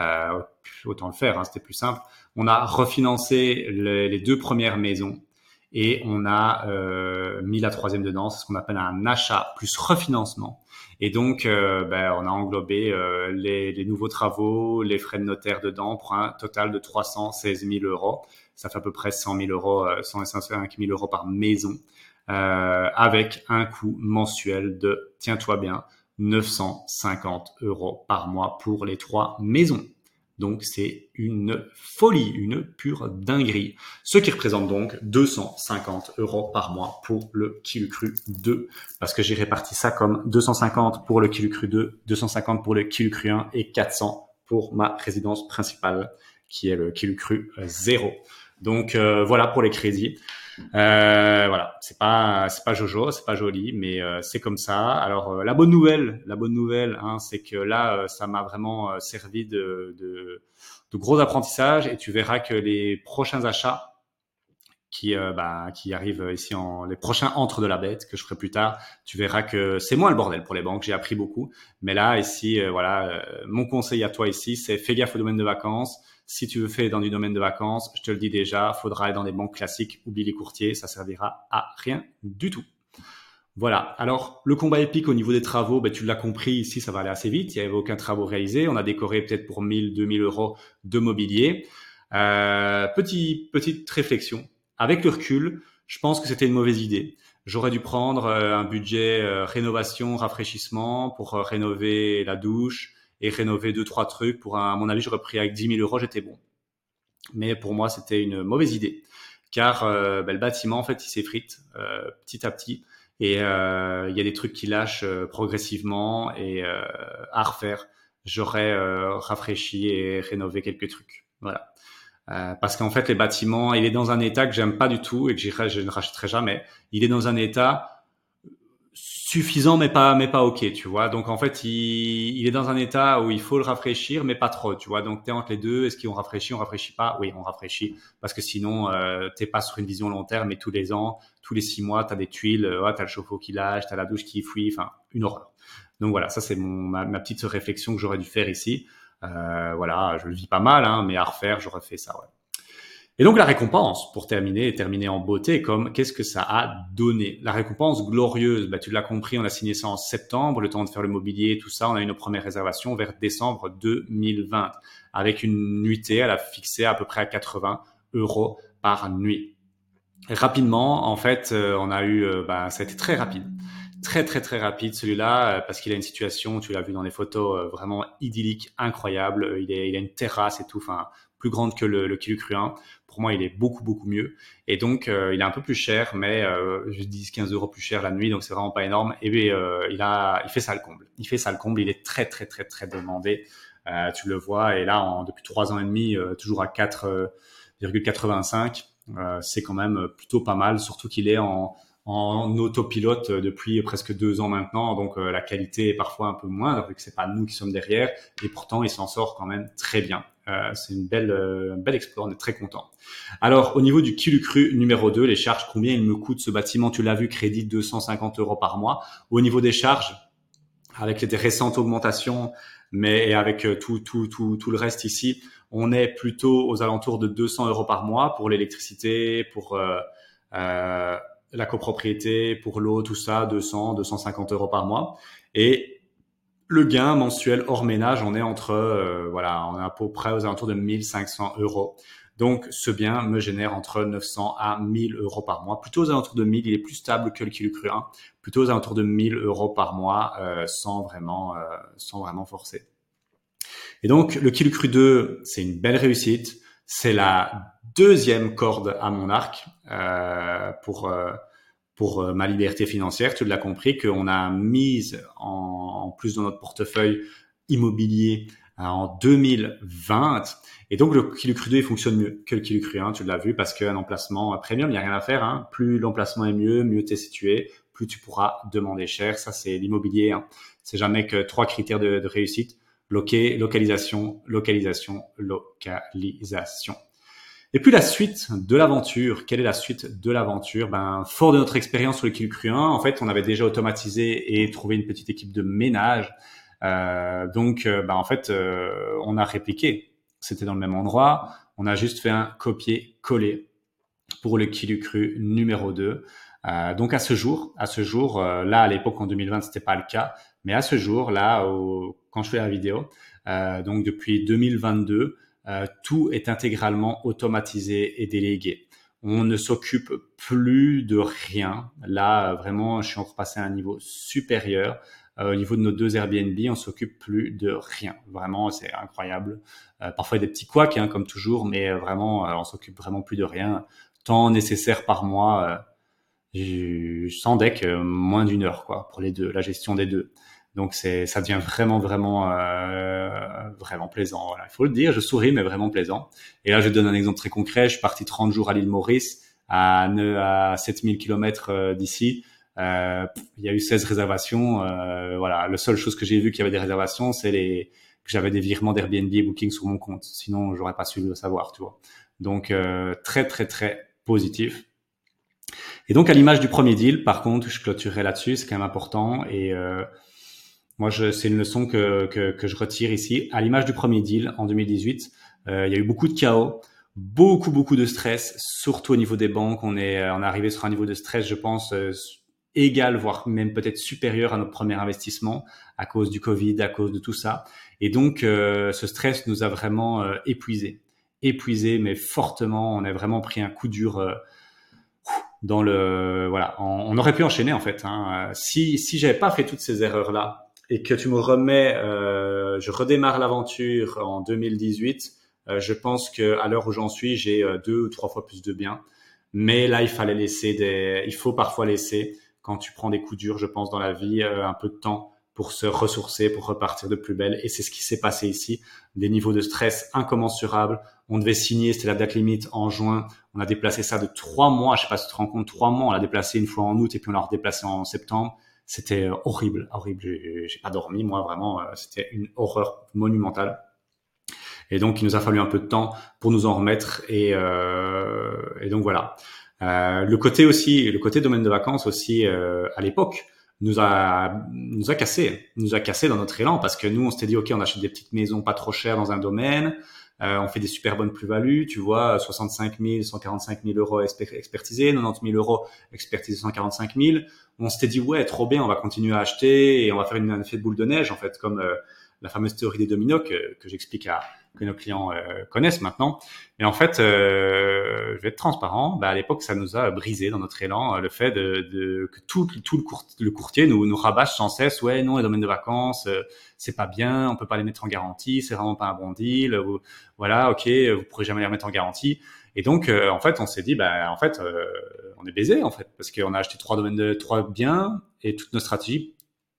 Autant le faire, hein, c'était plus simple. On a refinancé les 2 premières maisons et on a mis la troisième dedans, c'est ce qu'on appelle un achat plus refinancement. Et donc, on a englobé les nouveaux travaux, les frais de notaire dedans pour un total de 316 000 euros. Ça fait à peu près 100 000 euros, 105 000 euros par maison, avec un coût mensuel de, tiens-toi bien, 950 euros par mois pour les 3 maisons. Donc, c'est une folie, une pure dinguerie. Ce qui représente donc 250 euros par mois pour le Qui Cru 2. Parce que j'ai réparti ça comme 250 pour le Qui Cru 2, 250 pour le Qui Cru 1 et 400 pour ma résidence principale, qui est le Qui Cru 0. Donc, voilà pour les crédits. Voilà, c'est pas Jojo, c'est pas joli, mais c'est comme ça. Alors la bonne nouvelle, hein, c'est que là, ça m'a vraiment servi de gros apprentissage, et tu verras que les prochains achats qui arrivent ici les prochains entre de la bête que je ferai plus tard, tu verras que c'est moins le bordel pour les banques. J'ai appris beaucoup, mais là ici, mon conseil à toi ici, c'est fais gaffe au domaine de vacances. Si tu veux faire dans du domaine de vacances, je te le dis déjà, faudra aller dans des banques classiques, oublie les courtiers, ça servira à rien du tout. Voilà. Alors, le combat épique au niveau des travaux, tu l'as compris, ici, ça va aller assez vite. Il n'y avait aucun travaux réalisé. On a décoré peut-être pour 1000, 2000 euros de mobilier. Petite réflexion. Avec le recul, je pense que c'était une mauvaise idée. J'aurais dû prendre un budget rénovation, rafraîchissement pour rénover la douche et rénover 2-3 trucs. À mon avis, j'aurais pris avec 10 000 euros, j'étais bon. Mais pour moi, c'était une mauvaise idée, car le bâtiment, en fait, il s'effrite petit à petit, et il y a des trucs qui lâchent progressivement, et à refaire, j'aurais rafraîchi et rénové quelques trucs. Voilà. Parce qu'en fait, les bâtiments, il est dans un état que j'aime pas du tout et que je ne rachèterai jamais. Il est dans un état suffisant, mais pas ok, tu vois. Donc en fait, il est dans un état où il faut le rafraîchir, mais pas trop, tu vois. Donc t'es entre les deux. Est-ce qu'on rafraîchit, on rafraîchit pas? Oui, on rafraîchit, parce que sinon t'es pas sur une vision long terme. Mais tous les ans, tous les 6 mois, t'as des tuiles, t'as le chauffe-eau qui lâche, t'as la douche qui fuit, enfin une horreur. Donc voilà, ça c'est ma petite réflexion que j'aurais dû faire ici. Voilà, je le vis pas mal, hein, mais à refaire, j'aurais fait ça, ouais. Et donc la récompense, pour terminer en beauté, comme qu'est-ce que ça a donné? La récompense glorieuse, tu l'as compris, on a signé ça en septembre, le temps de faire le mobilier, tout ça, on a eu nos premières réservations vers décembre 2020, avec une nuitée, elle a fixé à peu près à 80 euros par nuit. Et rapidement, en fait, on a eu, ça a été très rapide. Très très très rapide celui-là, parce qu'il a une situation, tu l'as vu dans les photos, vraiment idyllique, incroyable. Il a une terrasse et tout, enfin plus grande que le Qui Cru 1. Pour moi, il est beaucoup beaucoup mieux. Et donc il est un peu plus cher, mais 10-15 euros plus cher la nuit, donc c'est vraiment pas énorme. Et il fait ça le comble. Il fait ça le comble. Il est très très très très demandé. Tu le vois. Et là, depuis 3 ans et demi, toujours à 4,85. C'est quand même plutôt pas mal, surtout qu'il est en autopilote depuis presque 2 ans maintenant, donc la qualité est parfois un peu moindre vu que c'est pas nous qui sommes derrière, et pourtant il s'en sort quand même très bien. C'est une belle exploit, on est très content. Alors au niveau du Qui Cru numéro 2, les charges, combien il me coûte ce bâtiment? Tu l'as vu, crédit 250 euros par mois. Au niveau des charges, avec les récentes augmentations, mais avec tout le reste ici, on est plutôt aux alentours de 200 euros par mois pour l'électricité, pour la copropriété, pour l'eau, tout ça, 250 euros par mois. Et le gain mensuel hors ménage, on est on est à peu près aux alentours de 1500 euros. Donc, ce bien me génère entre 900 à 1000 euros par mois. Plutôt aux alentours de 1000, il est plus stable que le Qui Cru 1. Plutôt aux alentours de 1000 euros par mois, sans vraiment forcer. Et donc, le Qui Cru 2, c'est une belle réussite. C'est la deuxième corde à mon arc pour ma liberté financière. Tu l'as compris, qu'on a mis en plus dans notre portefeuille immobilier en 2020. Et donc, le Qui Cru 2, il fonctionne mieux que le Qui Cru 1, tu l'as vu, parce qu'un emplacement premium, il n'y a rien à faire. Hein. Plus l'emplacement est mieux t'es situé, plus tu pourras demander cher. Ça, c'est l'immobilier. Hein. C'est jamais que 3 critères de réussite. Localisation. Et puis la suite de l'aventure. Quelle est la suite de l'aventure? Fort de notre expérience sur le Qui Cru 1, en fait, on avait déjà automatisé et trouvé une petite équipe de ménage. En fait, on a répliqué. C'était dans le même endroit. On a juste fait un copier-coller. pour le qui l'eût cru numéro 2. Donc à ce jour, là à l'époque en 2020 c'était pas le cas, mais à ce jour là, quand je fais la vidéo, donc depuis 2022, tout est intégralement automatisé et délégué. On ne s'occupe plus de rien. Là, vraiment, je suis en train de passer à un niveau supérieur. Au niveau de nos 2 Airbnb, on s'occupe plus de rien. Vraiment, c'est incroyable. Parfois, il y a des petits couacs, hein, comme toujours, mais vraiment, on s'occupe vraiment plus de rien. Temps nécessaire par mois, sans deck, moins d'une heure, quoi, pour les deux, la gestion des deux. Donc ça devient vraiment plaisant. Voilà. Il faut le dire, je souris, mais vraiment plaisant. Et là, je donne un exemple très concret. Je suis parti 30 jours à l'île Maurice, à 7000 km d'ici. Il y a eu 16 réservations. Voilà. La seule chose que j'ai vu qu'il y avait des réservations, c'est que j'avais des virements d'Airbnb et Booking sur mon compte. Sinon, j'aurais pas su le savoir, tu vois. Donc, très, très, très positif. Et donc, à l'image du premier deal, par contre, je clôturerai là-dessus, c'est quand même important. Et moi, c'est une leçon que je retire ici. À l'image du premier deal en 2018, il y a eu beaucoup de chaos, beaucoup de stress, surtout au niveau des banques. On est arrivé sur un niveau de stress, je pense, égal, voire même peut-être supérieur à notre premier investissement à cause du Covid, à cause de tout ça. Et donc, ce stress nous a vraiment épuisés, mais fortement. On a vraiment pris un coup dur. Voilà, on aurait pu enchaîner en fait, hein. Si j'avais pas fait toutes ces erreurs là et que tu me remets, je redémarre l'aventure en 2018, je pense que à l'heure où j'en suis, j'ai 2 ou 3 fois plus de biens. Mais là, il faut parfois laisser, quand tu prends des coups durs, je pense, dans la vie, un peu de temps pour se ressourcer, pour repartir de plus belle. Et c'est ce qui s'est passé ici. Des niveaux de stress incommensurables. On devait signer, c'était la date limite en juin. On a déplacé ça de 3 mois. Je sais pas si tu te rends compte, 3 mois. On l'a déplacé une fois en août et puis on l'a redéplacé en septembre. C'était horrible. J'ai pas dormi, moi, vraiment. C'était une horreur monumentale. Et donc, il nous a fallu un peu de temps pour nous en remettre. Et donc, voilà. Le côté domaine de vacances aussi, à l'époque, nous a cassé dans notre élan parce que nous, on s'était dit, OK, on achète des petites maisons pas trop chères dans un domaine. On fait des super bonnes plus-values, tu vois, 65 000, 145 000 euros expertisés, 90 000 euros expertisés, 145 000. On s'était dit, ouais, trop bien, on va continuer à acheter et on va faire un effet de boule de neige, en fait, comme la fameuse théorie des dominos que j'explique que nos clients connaissent maintenant. Mais en fait, je vais être transparent. À l'époque, ça nous a brisé dans notre élan le fait que tout le courtier nous rabâche sans cesse. Ouais, non, les domaines de vacances, c'est pas bien. On peut pas les mettre en garantie. C'est vraiment pas un bon deal. Voilà, ok, vous pourrez jamais les remettre en garantie. Et donc, en fait, on s'est dit, on est baisé en fait, parce qu'on a acheté 3 biens et toute notre stratégie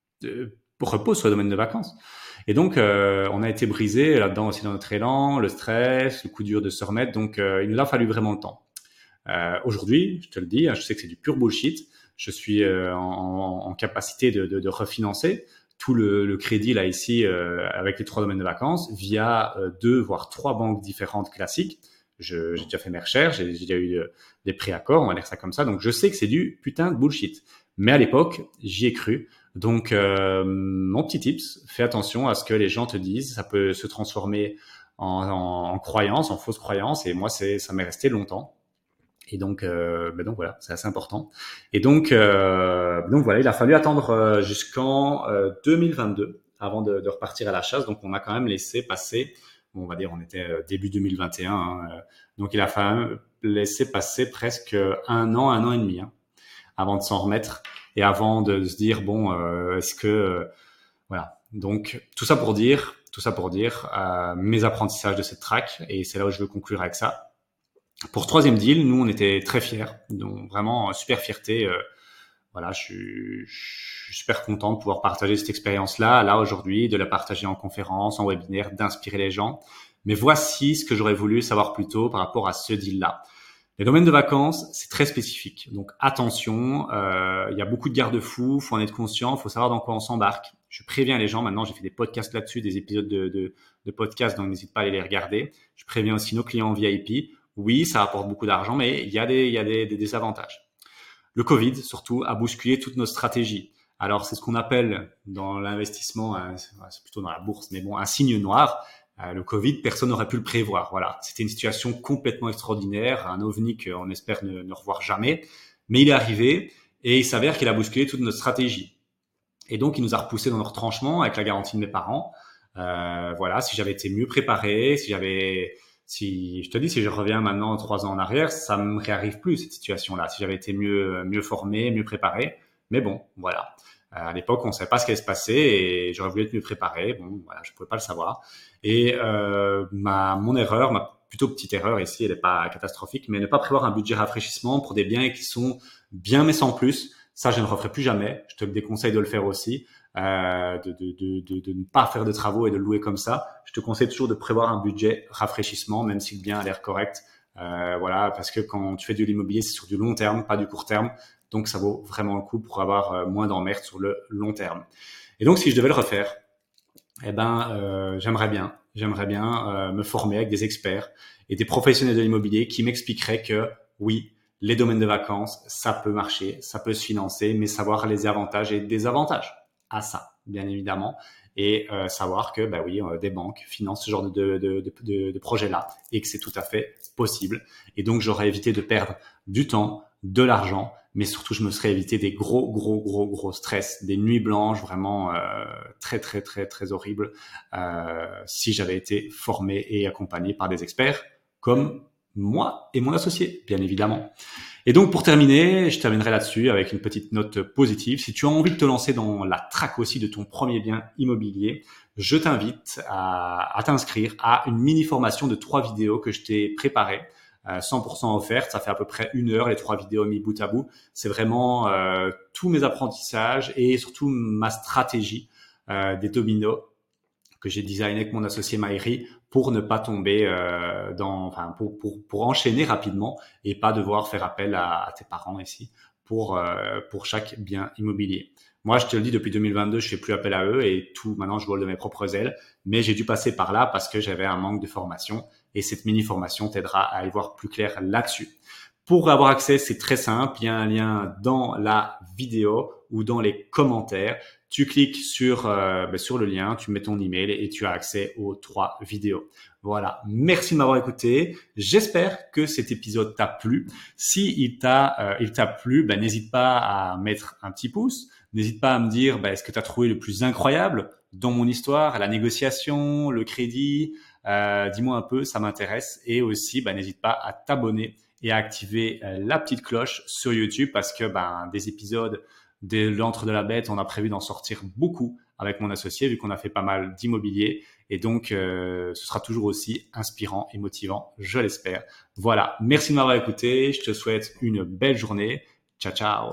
repose sur le domaine de vacances. Et donc, on a été brisé là-dedans aussi dans notre élan, le stress, le coup dur de se remettre. Donc, il nous a fallu vraiment le temps. Aujourd'hui, je te le dis, je sais que c'est du pur bullshit. Je suis en capacité de refinancer tout le crédit là ici avec les 3 domaines de vacances via 2 voire 3 banques différentes classiques. J'ai déjà fait mes recherches, j'ai déjà eu des préaccords, on va dire ça comme ça. Donc, je sais que c'est du putain de bullshit. Mais à l'époque, j'y ai cru. Donc, mon petit tips, fais attention à ce que les gens te disent. Ça peut se transformer en croyance, en fausse croyance. Et moi, ça m'est resté longtemps. Et donc voilà, c'est assez important. Et donc voilà, il a fallu attendre jusqu'en 2022 avant de repartir à la chasse. Donc, on a quand même laissé passer, bon, on va dire, on était début 2021. Hein, donc, il a fallu laisser passer presque un an et demi, hein, avant de s'en remettre et avant de se dire bon, est-ce que voilà. Donc tout ça pour dire mes apprentissages de cette track, et c'est là où je veux conclure avec ça. Pour ce 3e deal, nous on était très fiers, donc vraiment super fierté. Voilà, je suis super content de pouvoir partager cette expérience-là, là aujourd'hui, de la partager en conférence, en webinaire, d'inspirer les gens. Mais voici ce que j'aurais voulu savoir plus tôt par rapport à ce deal-là. Les domaines de vacances, c'est très spécifique. Donc attention, il y a beaucoup de garde-fous, faut en être conscient, faut savoir dans quoi on s'embarque. Je préviens les gens, maintenant j'ai fait des podcasts là-dessus, des épisodes de podcasts, donc n'hésite pas à aller les regarder. Je préviens aussi nos clients VIP. Oui, ça rapporte beaucoup d'argent, mais il y a des désavantages. Le Covid, surtout, a bousculé toutes nos stratégies. Alors, c'est ce qu'on appelle dans l'investissement, c'est plutôt dans la bourse, mais bon, un signe noir. Le Covid, personne n'aurait pu le prévoir. Voilà, c'était une situation complètement extraordinaire, un ovni qu'on espère ne revoir jamais, mais il est arrivé et il s'avère qu'il a bousculé toute notre stratégie. Et donc, il nous a repoussé dans nos retranchements avec la garantie de mes parents. Voilà, si j'avais été mieux préparé, si je te dis, si je reviens maintenant 3 ans en arrière, ça me réarrive plus cette situation-là. Si j'avais été mieux formé, mieux préparé, mais bon, voilà. À l'époque, on ne savait pas ce qui allait se passer et j'aurais voulu être mieux préparé. Bon, voilà, je pouvais pas le savoir. Et mon erreur, ma plutôt petite erreur ici, elle n'est pas catastrophique, mais ne pas prévoir un budget rafraîchissement pour des biens qui sont bien mais sans plus. Ça, je ne referai plus jamais. Je te déconseille de le faire aussi, de ne pas faire de travaux et de le louer comme ça. Je te conseille toujours de prévoir un budget rafraîchissement, même si le bien a l'air correct. Voilà, parce que quand tu fais de l'immobilier, c'est sur du long terme, pas du court terme. Donc, ça vaut vraiment le coup pour avoir moins d'emmerdes sur le long terme. Et donc, si je devais le refaire, j'aimerais bien me former avec des experts et des professionnels de l'immobilier qui m'expliqueraient que oui, les domaines de vacances, ça peut marcher, ça peut se financer, mais savoir les avantages et désavantages à ça, bien évidemment, et savoir que oui, des banques financent ce genre de projet-là et que c'est tout à fait possible. Et donc, j'aurais évité de perdre du temps, de l'argent, mais surtout, je me serais évité des gros stress, des nuits blanches vraiment très, très, très, très horribles si j'avais été formé et accompagné par des experts comme moi et mon associé, bien évidemment. Et donc, pour terminer, je terminerai là-dessus avec une petite note positive. Si tu as envie de te lancer dans la traque aussi de ton premier bien immobilier, je t'invite à t'inscrire à une mini-formation de 3 vidéos que je t'ai préparées. 100% offerte, ça fait à peu près 1 heure, les 3 vidéos mis bout à bout. C'est vraiment tous mes apprentissages et surtout ma stratégie des dominos que j'ai designé avec mon associé Maïri pour ne pas tomber pour enchaîner rapidement et pas devoir faire appel à tes parents ici pour chaque bien immobilier. Moi, je te le dis, depuis 2022, je fais plus appel à eux et tout, maintenant, je vole de mes propres ailes. Mais j'ai dû passer par là parce que j'avais un manque de formation et cette mini-formation t'aidera à y voir plus clair là-dessus. Pour avoir accès, c'est très simple. Il y a un lien dans la vidéo ou dans les commentaires. Tu cliques sur le lien, tu mets ton email et tu as accès aux 3 vidéos. Voilà. Merci de m'avoir écouté. J'espère que cet épisode t'a plu. Si il t'a plu, n'hésite pas à mettre un petit pouce. N'hésite pas à me dire est-ce que tu as trouvé le plus incroyable dans mon histoire, la négociation, le crédit. Dis-moi un peu, ça m'intéresse. Et aussi, n'hésite pas à t'abonner et à activer la petite cloche sur YouTube parce que des épisodes de l'Antre de la Bête, on a prévu d'en sortir beaucoup avec mon associé vu qu'on a fait pas mal d'immobilier et donc ce sera toujours aussi inspirant et motivant, je l'espère. Voilà, merci de m'avoir écouté, je te souhaite une belle journée. Ciao, ciao.